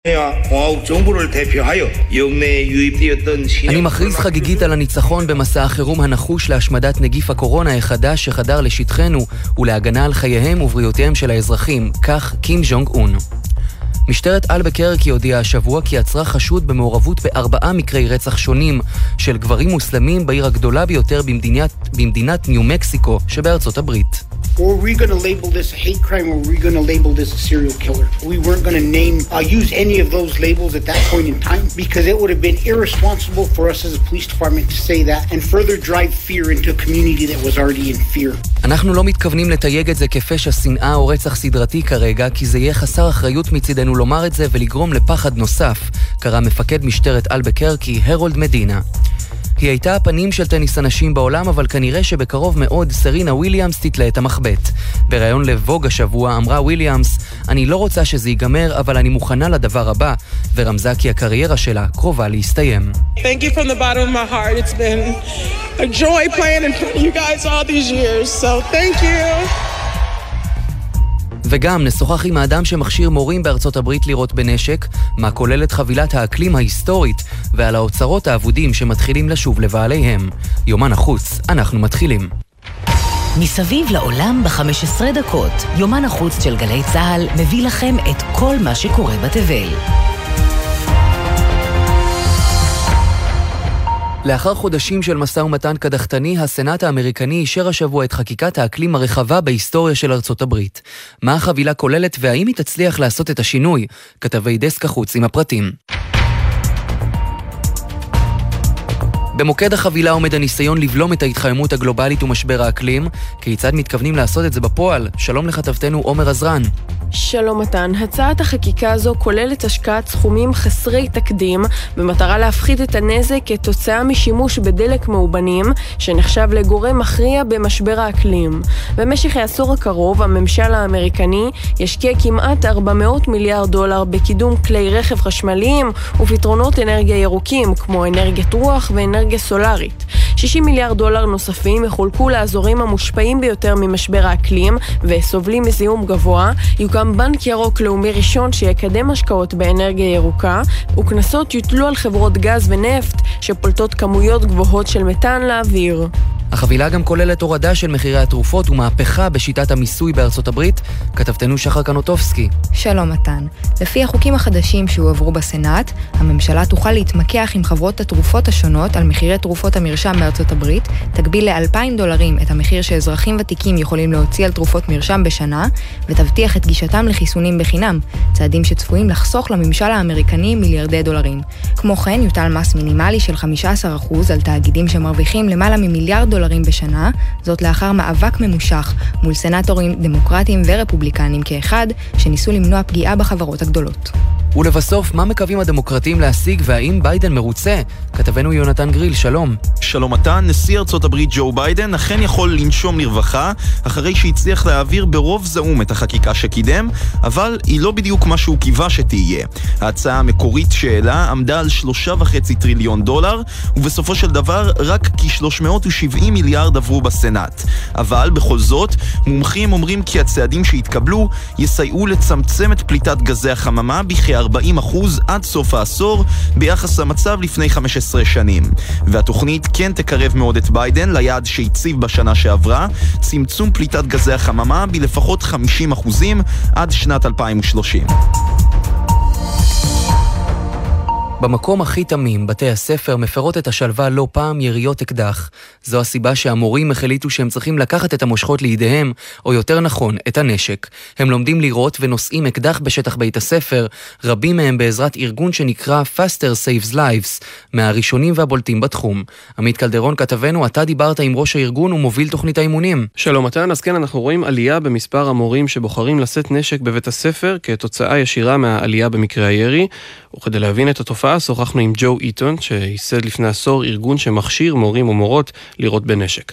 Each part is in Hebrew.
אני מכריז חגיגית על הניצחון במסע החירום הנחוש להשמדת נגיף הקורונה החדש שחדר לשטחנו ולהגנה על חייהם ובריאותיהם של האזרחים, כך קים ג'ונג און. משטרת אלבקרקי הודיעה השבוע כי עצרה חשוד במעורבות ב4 מקרי רצח שונים של גברים מוסלמים בעיר הגדולה ביותר במדינת ניו מקסיקו שבארצות הברית. Or are we going to label this a hate crime, or are we going to label this a serial killer? We weren't going to use any of those labels at that point in time because it would have been irresponsible for us as a police department to say that and further drive fear into a community that was already in fear. אנחנו לא מתכוונים לתייג את זה כפשע שנאה או רצח סדרתי כרגע, כי זה יהיה חסר אחריות מצידנו לומר את זה ולגרום לפחד נוסף, קרא מפקד משטרת אלבקרקי, הרולד מדינה. היא הייתה הפנים של טניס הנשים בעולם, אבל כנראה שבקרוב מאוד סרינה וויליאמס תתלה את המחבט. בראיון לבוג השבוע אמרה וויליאמס, אני לא רוצה שזה ייגמר, אבל אני מוכנה לדבר הבא, ורמזה כי הקריירה שלה קרובה להסתיים. Thank you from the bottom of my heart. It's been a joy playing in front of you guys all these years, so thank you. וגם נשוחח עם האדם שמכשיר מורים בארצות הברית לירות בנשק, מה כוללת חבילת האקלים ההיסטורית, ועל האוצרות העבודים שמתחילים לשוב לבעליהם. יומן החוץ, אנחנו מתחילים. מסביב לעולם ב-15 דקות, יומן החוץ של גלי צהל מביא לכם את כל מה שקורה בתבל. לאחר חודשים של משא ומתן קדחתני, הסנאט האמריקני אישר השבוע את חקיקת האקלים הרחבה בהיסטוריה של ארצות הברית. מה החבילה כוללת והאם היא תצליח לעשות את השינוי? כתבי דסק החוץ עם הפרטים. במוקד החבילה עומד הניסיון לבלום את ההתחממות הגלובלית ומשבר האקלים. כיצד מתכוונים לעשות את זה בפועל? שלום לכתבתנו עומר עזרן. שלום מתן, הצעת החקיקה הזו כוללת השקעת סכומים חסרי תקדים במטרה להפחית את הנזק כתוצאה משימוש בדלק מאובנים שנחשב לגורם מכריע במשבר האקלים. במשך העשור הקרוב הממשל האמריקני ישקיע כמעט $400 מיליארד בקידום כלי רכב חשמליים ופתרונות אנרגיה ירוקים כמו אנרגיית רוח ואנרגיה סולרית. $60 מיליארד נוספים יחולקו לאזורים המושפעים ביותר ממשבר האקלים וסובלים מזיהום גבוה. יוקם בנק ירוק לאומי ראשון שיקדם השקעות באנרגיה ירוקה, וכנסות יוטלו על חברות גז ונפט שפולטות כמויות גבוהות של מתאן לאוויר. החבילה גם כוללת הורדה של מחירי התרופות ומהפכה בשיטת המיסוי בארצות הברית. כתבתנו שחר קנוטובסקי. שלום מתן. לפי החוקים החדשים שהועברו בסנאט, הממשלה תוכל להתמקח עם חברות התרופות השונות על מחירי תרופות המרשם בארצות הברית, תגביל $2,000 את המחיר שאזרחים ותיקים יכולים להוציא על תרופות מרשם בשנה, ותבטיח את גישתם לחיסונים בחינם, צעדים שצפויים לחסוך לממשל האמריקני $מיליארדי. כמו כן, יוטל מס מינימלי של 15% על תאגידים שמרוויחים למעלה $1 מיליארד בשנה, זאת לאחר מאבק ממושך מול סנטורים דמוקרטיים ורפובליקנים כאחד, שניסו למנוע פגיעה בחברות הגדולות. ולבסוף, מה מקווים הדמוקרטים להשיג והאם ביידן מרוצה? כתבנו יונתן גריל, שלום. שלום מתן, נשיא ארצות הברית ג'ו ביידן אכן יכול לנשום לרווחה, אחרי שהצליח להעביר ברוב זעום את החקיקה שקידם, אבל היא לא בדיוק מה שהוא קיווה שתהיה. ההצעה המקורית שאלה עמדה על $3.5 טריליון, ובסופו של דבר רק כ-370 מיליארד עברו בסנאט. אבל בכל זאת, מומחים אומרים כי הצעדים שהתקבלו יסייעו לצמצם את פליטת גזי החממה בכ-40% עד סוף העשור ביחס למצב לפני 15 שנים. והתוכנית כן תקרב מאוד את ביידן ליעד שהציב בשנה שעברה, צמצום פליטת גזי החממה בלפחות 50% עד שנת 2030. במקום הכי תמים, בתי הספר מפרות את השלווה לא פעם יריות אקדח. זו הסיבה שהמורים החליטו שהם צריכים לקחת את המושכות לידיהם, או יותר נכון, את הנשק. הם לומדים לירות ונושאים אקדח בשטח בית הספר, רבים מהם בעזרת ארגון שנקרא Faster Saves Lives, מהראשונים והבולטים בתחום. עמית קלדרון כתבנו, אתה דיברת עם ראש הארגון ומוביל תוכנית האימונים. שלום מתן, אז כן, אנחנו רואים עלייה במספר המורים שבוחרים לשאת נשק בבית הספר, כתוצאה ישירה מהעלייה במקרה הירי. וכדי להבין את התופעה, שוחחנו עם ג'ו איטון, שייסד לפני עשור ארגון שמכשיר מורים ומורות לירות בנשק.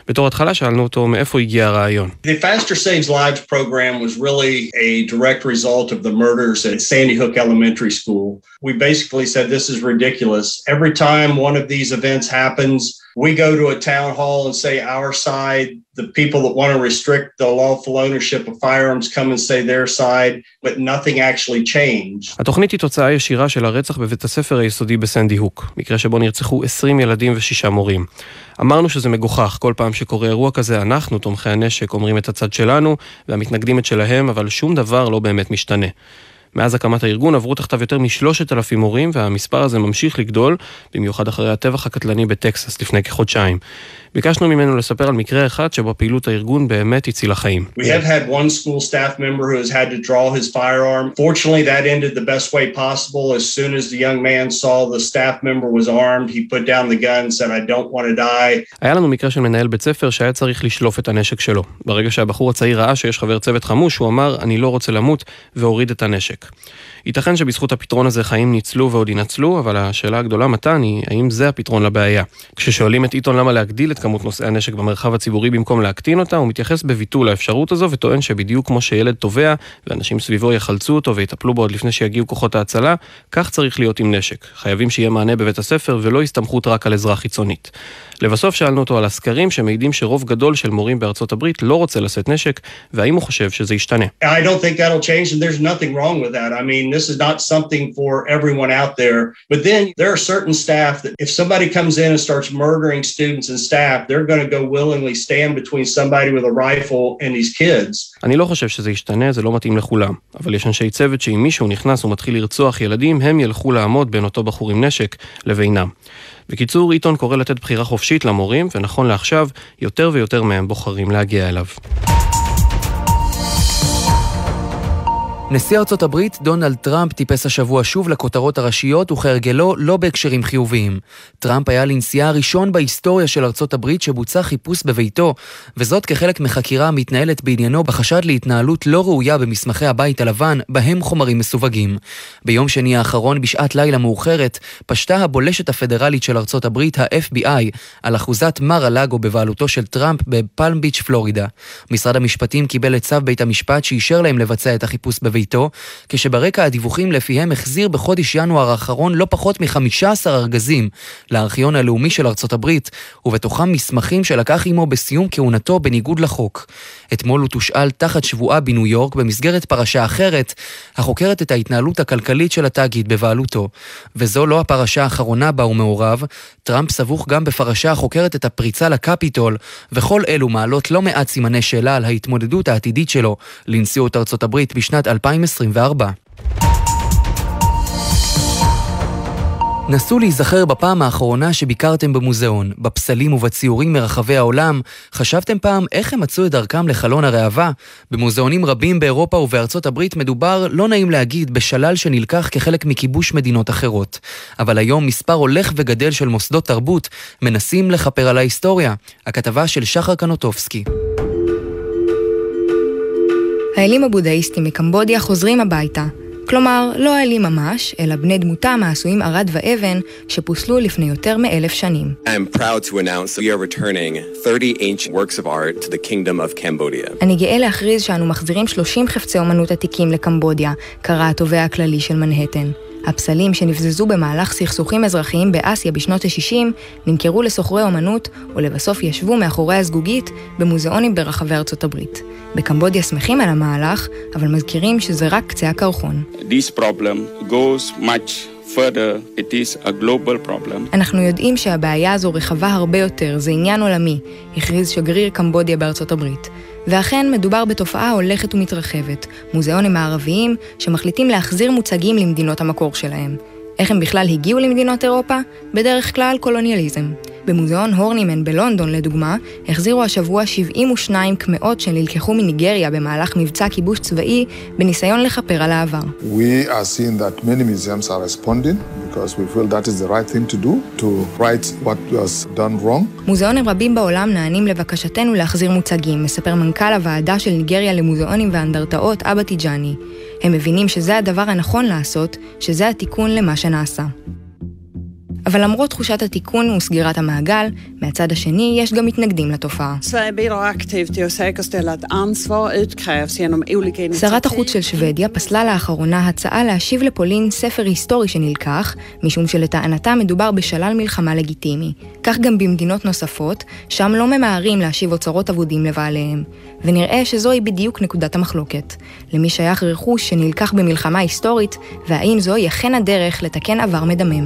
בתור התחלה שאלנו אותו מאיפה הגיע הרעיון. The Faster Saves Lives program was really a direct result of the murders at Sandy Hook Elementary School. We basically said this is ridiculous. Every time one of these events happens, we go to a town hall and say our side. The people that want to restrict the lawful ownership of firearms come and say their side, but nothing actually changed. התוכנית היא תוצאה ישירה של הרצח בבית הספר היסודי בסנדי הוק, מקרה שבו נרצחו 20 ילדים ו6 מורים. אמרנו שזה מגוחך, כל פעם שקורה אירוע כזה אנחנו, תומכי הנשק, אומרים את הצד שלנו והמתנגדים את שלהם, אבל שום דבר לא באמת משתנה. מאז הקמת הארגון עברו תחתיו יותר מ3,000 מורים, והמספר הזה ממשיך לגדול, במיוחד אחרי הטבח הקטלני בטקסס לפני כחודשיים. ביקשנו ממנו לספר על מקרה אחד שבו פעילות הארגון באמת הצילה חיים. We have had one school staff member who has had to draw his firearm. Fortunately, that ended the best way possible. As soon as the young man saw the staff member was armed, he put down the gun and said, I don't want to die. היה לנו מקרה של מנהל בית ספר שהיה צריך לשלוף את הנשק שלו. ברגע שהבחור הצעיר ראה שיש חבר צוות חמוש, הוא אמר, אני לא רוצה למות, והוריד את הנשק. ייתכן שבזכות הפתרון הזה חיים ניצלו ועוד ינצלו, אבל השאלה הגדולה מתן היא, האם זה הפתרון לבעיה? כששואלים את עיתון למה להגדיל את כמות נושאי הנשק במרחב הציבורי במקום להקטין אותה, הוא מתייחס בביטול לאפשרות הזו וטוען שבדיוק כמו שילד טובע ואנשים סביבו יחלצו אותו ויטפלו בו עוד לפני שיגיעו כוחות ההצלה, כך צריך להיות עם נשק. חייבים שיהיה מענה בבית הספר ולא הסתמכות רק על עזרה חיצונית. לבסוף שאלנו אותו על הסקרים שמעידים שרוב גדול של מורים בארצות הברית לא רוצה לשאת נשק, והאם הוא חושב שזה ישתנה. I don't think that'll change and there's nothing wrong with that. I mean, this is not something for everyone out there. But then there are certain staff that if somebody comes in and starts murdering students and staff, they're going to go willingly stand between somebody with a rifle and these kids. אני לא חושב שזה ישתנה, זה לא מתאים לכולם. אבל יש אנשי צוות שאם מישהו נכנס ומתחיל לרצוח ילדים, הם ילכו לעמוד בין אותו בחור עם נשק לבינם. בקיצור, עיתון קורא לתת בחירה חופשית למורים, ונכון לעכשיו, יותר ויותר מהם בוחרים להגיע אליו. נשיא ארצות הברית דונלד טראמפ טיפס השבוע שוב לכותרות הראשיות וכהרגלו לא בהקשרים חיוביים. טראמפ היה לנשיאה הראשון בהיסטוריה של ארצות הברית שבוצע חיפוש בביתו, וזאת כחלק מחקירה מתנהלת בעניינו בחשד להתנהלות לא ראויה במסמכי הבית הלבן, בהם חומרים מסווגים. ביום שני האחרון בשעת לילה מאוחרת פשטה הבולשת הפדרלית של ארצות הברית, ה-FBI, על אחוזת מר הלאגו בבעלותו של טראמפ בפלם ביץ' פלורידה. משרד המשפטים קיבל את צו בית המשפט שאישר להם לבצע את החיפוש בביתו, כשברקע הדיווחים לפיהם החזיר בחודש ינואר האחרון לא פחות מ-15 ארגזים לארכיון הלאומי של ארצות הברית, ובתוכם מסמכים שלקח עמו בסיום כהונתו בניגוד לחוק. אתמול הוא תושאל תחת שבועה בניו יורק במסגרת פרשה אחרת, החוקרת את ההתנהלות הכלכלית של התאגיד בבעלותו. וזו לא הפרשה האחרונה בה הוא מעורב, טראמפ סבוך גם בפרשה החוקרת את הפריצה לקפיטול, וכל אלו מעלות לא מעט סימני שאלה על ההתמודדות העתידית שלו לנשיאות ארצות הברית בשנת 2024. נסו להיזכר בפעם האחרונה שביקרתם במוזיאון, בפסלים ובציורים מרחבי העולם. חשבתם פעם איך הם מצאו את דרכם לחלון הראווה? במוזיאונים רבים באירופה ובארצות הברית מדובר, לא נעים להגיד, בשלל שנלקח כחלק מכיבוש מדינות אחרות. אבל היום מספר הולך וגדל של מוסדות תרבות מנסים לחפר על ההיסטוריה. הכתבה של שחר קנוטובסקי. האלים הבודהיסטים מקמבודיה חוזרים הביתה. כלומר, לא האלים ממש, אלא בני דמותם העשויים ערד ואבן שפוסלו לפני יותר מ1,000 שנים. I'm proud to announce that we are returning 30 ancient works of art to the kingdom of Cambodia. אני גאה להכריז שאנו מחזירים 30 חפצי אומנות עתיקים לקמבודיה, קרא התובע הכללי של מנהטן. הפסלים שנבזזו במהלך סכסוכים אזרחיים באסיה בשנות ה-60 נמכרו לסוחרי אומנות ולבסוף ישבו מאחורי הזגוגית במוזיאונים ברחבי ארצות הברית. בקמבודיה שמחים על המהלך, אבל מזכירים שזה רק קצה הקרחון. This problem goes much further. It is a global problem. אנחנו יודעים שהבעיה הזו רחבה הרבה יותר, זה עניין עולמי, הכריז שגריר קמבודיה בארצות הברית. ואכן מדובר בתופעה הולכת ומתרחבת, מוזיאונים מערביים שמחליטים להחזיר מוצגים למדינות המקור שלהם. איך הם בכלל הגיעו למדינות אירופה? בדרך כלל קולוניאליזם. במוזיאון הורנימן בלונדון, לדוגמה, החזירו השבוע 72 קמעות שנלקחו מניגריה במהלך מבצע כיבוש צבאי בניסיון לחפר על העבר. We are seeing that many museums are responding because we feel that is the right thing to do, to right what was done wrong. מוזיאונים רבים בעולם נענים לבקשתנו להחזיר מוצגים, מספר מנכ"ל הוועדה של ניגריה למוזיאונים ואנדרטאות אבא טיג'אני. הם מבינים שזה הדבר הנכון לעשות, שזה התיקון למה שנעשה. אבל למרות תחושת התיקון וסגירת המעגל, מהצד השני יש גם מתנגדים לתופעה. שרת החוץ של שוודיה פסלה לאחרונה הצעה להשיב לפולין ספר היסטורי שנלקח, משום שלטענתה מדובר בשלל מלחמה לגיטימי. כך גם במדינות נוספות, שם לא ממהרים להשיב אוצרות אבודים לבעליהם. ונראה שזוהי בדיוק נקודת המחלוקת. למי שייך רכוש שנלקח במלחמה היסטורית, והאם זוהי אכן הדרך לתקן עבר מדמם.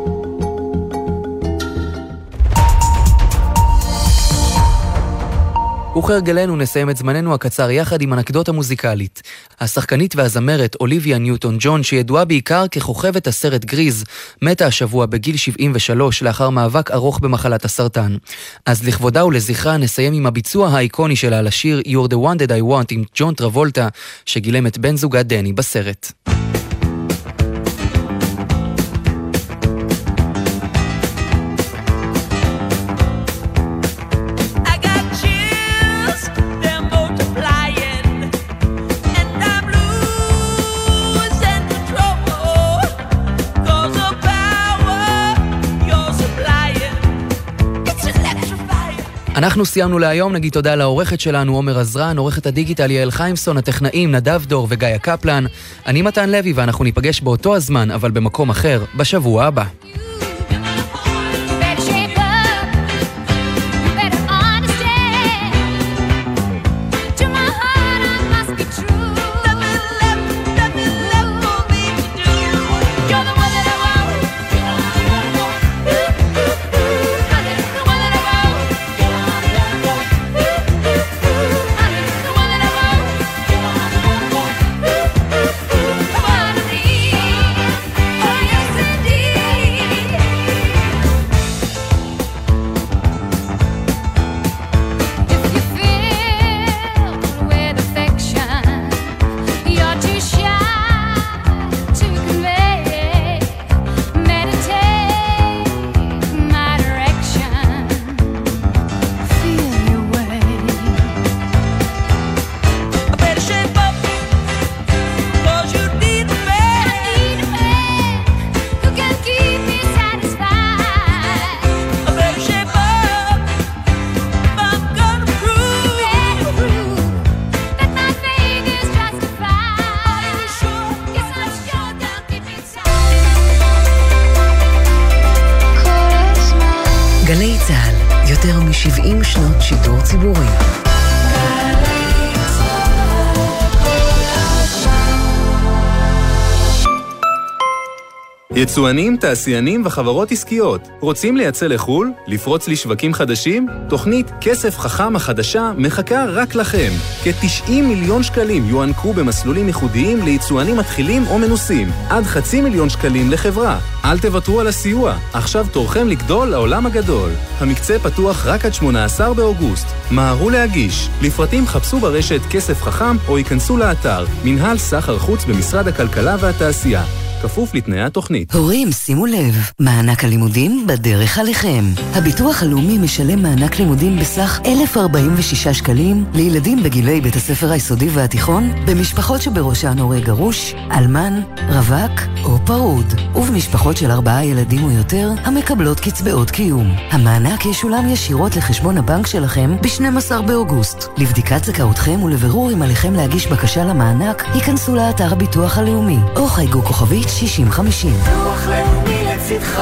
וכהרגלנו נסיים את זמננו הקצר יחד עם אנקדוטה מוזיקלית. השחקנית והזמרת אוליביה ניוטון ג'ון, שידועה בעיקר ככוכבת הסרט גריז, מתה השבוע בגיל 73 לאחר מאבק ארוך במחלת הסרטן. אז לכבודה ולזכרה נסיים עם הביצוע האיקוני שלה לשיר You're the one that I want עם ג'ון טרבולטה, שגילם את בן זוגה דני בסרט. אנחנו סיימנו להיום, נגיד תודה לעורכת שלנו עומר עזרן, עורכת הדיגיטל יעל חיימסון, הטכנאים נדב דור וגיא קפלן. אני מתן לוי ואנחנו ניפגש באותו הזמן, אבל במקום אחר, בשבוע הבא. גלי צהל, יותר מ-70 שנות שידור ציבורי. יצואנים, תעשיינים וחברות עסקיות. רוצים לייצא לחול? לפרוץ לשווקים חדשים? תוכנית כסף חכם החדשה מחכה רק לכם. כ-90 מיליון שקלים יוענקו במסלולים ייחודיים ליצואנים מתחילים או מנוסים. עד 500,000 שקלים לחברה. אל תוותרו על הסיוע. עכשיו תורכם לגדול לעולם הגדול. המקצה פתוח רק עד 18 באוגוסט. מהרו להגיש. לפרטים חפשו ברשת כסף חכם או ייכנסו לאתר מנהל סחר חוץ במשרד הכלכלה והתעשייה. כפוף לתנאי התוכנית. הורים, שימו לב, מענק הלימודים בדרך עליכם. הביטוח הלאומי משלם מענק לימודים בסך 1,046 שקלים לילדים בגילי בית הספר היסודי והתיכון, במשפחות שבראשן הורה גרוש, אלמן, רווק או פרוד, ובמשפחות של 4 ילדים או יותר המקבלות קצבאות קיום. המענק ישולם ישירות לחשבון הבנק שלכם ב-12 באוגוסט. לבדיקת זכאותכם ולבירור אם עליכם להגיש בקשה למענק, ייכנסו לאתר הביטוח הלאומי או חייגו כוכבית 6050. ביטוח לאומי לצדך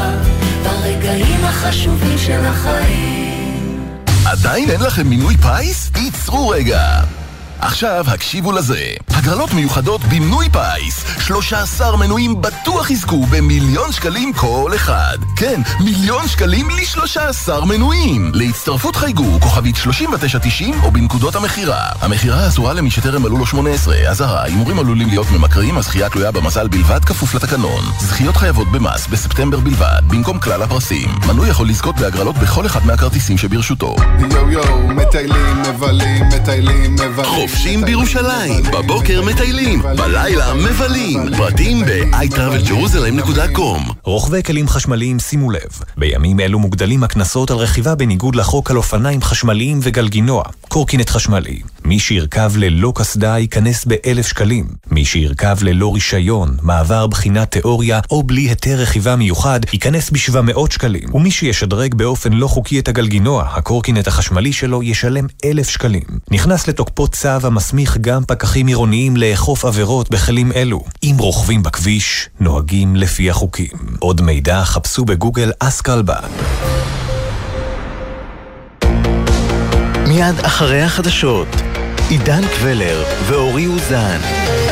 ברגעים החשובים של החיים. עדיין אין לכם מינוי פייס? ייצרו רגע. עכשיו הקשיבו לזה. הגרלות מיוחדות במנוי פייס. 13 מנויים בטוח יזכו ב1,000,000 שקלים כל אחד. כן, 1,000,000 שקלים ל13 מנויים. להצטרפות חייגו כוכבית 3990 או בנקודות המחירה. המחירה אסורה למי שטרם מלאו לו 18. אזהרה, הימורים עלולים להיות ממכרים, הזכייה תלויה במזל בלבד כפוף לתקנון. זכיות חייבות במס בספטמבר בלבד, במקום כלל הפרסים. מנוי יכול לזכות בהגרלות בכל אחד מהכרטיסים שברשותו. יו יו, מטיילים, מבלים, מטיילים, מבלים. חופשים בירושלים, בבוקר מטיילים, בלילה מבלים. פרטים ב-iTravelJerusalem.com. רוכבי כלים חשמליים, שימו לב, בימים אלו מוגדלים הקנסות על רכיבה בניגוד לחוק על אופניים חשמליים וגלגינוע, קורקינט חשמלי. מי שירכב ללא קסדה ייכנס ב1,000 שקלים. מי שירכב ללא רישיון, מעבר בחינת תיאוריה או בלי היתר רכיבה מיוחד ייכנס ב700 שקלים. ומי שישדרג באופן לא חוקי את הגלגינוע, הקורקינט החשמלי שלו ישלם 1,000 שקלים. נכנס לתוקפו צו המסמיך גם פקחים עירוניים לאכוף עבירות בכלים אלו. אם רוכבים בכביש, נוהגים לפי החוקים. עוד מידע חפשו בגוגל אסקלבה. מיד אחרי החדשות, עידן קבלר ואורי אוזן.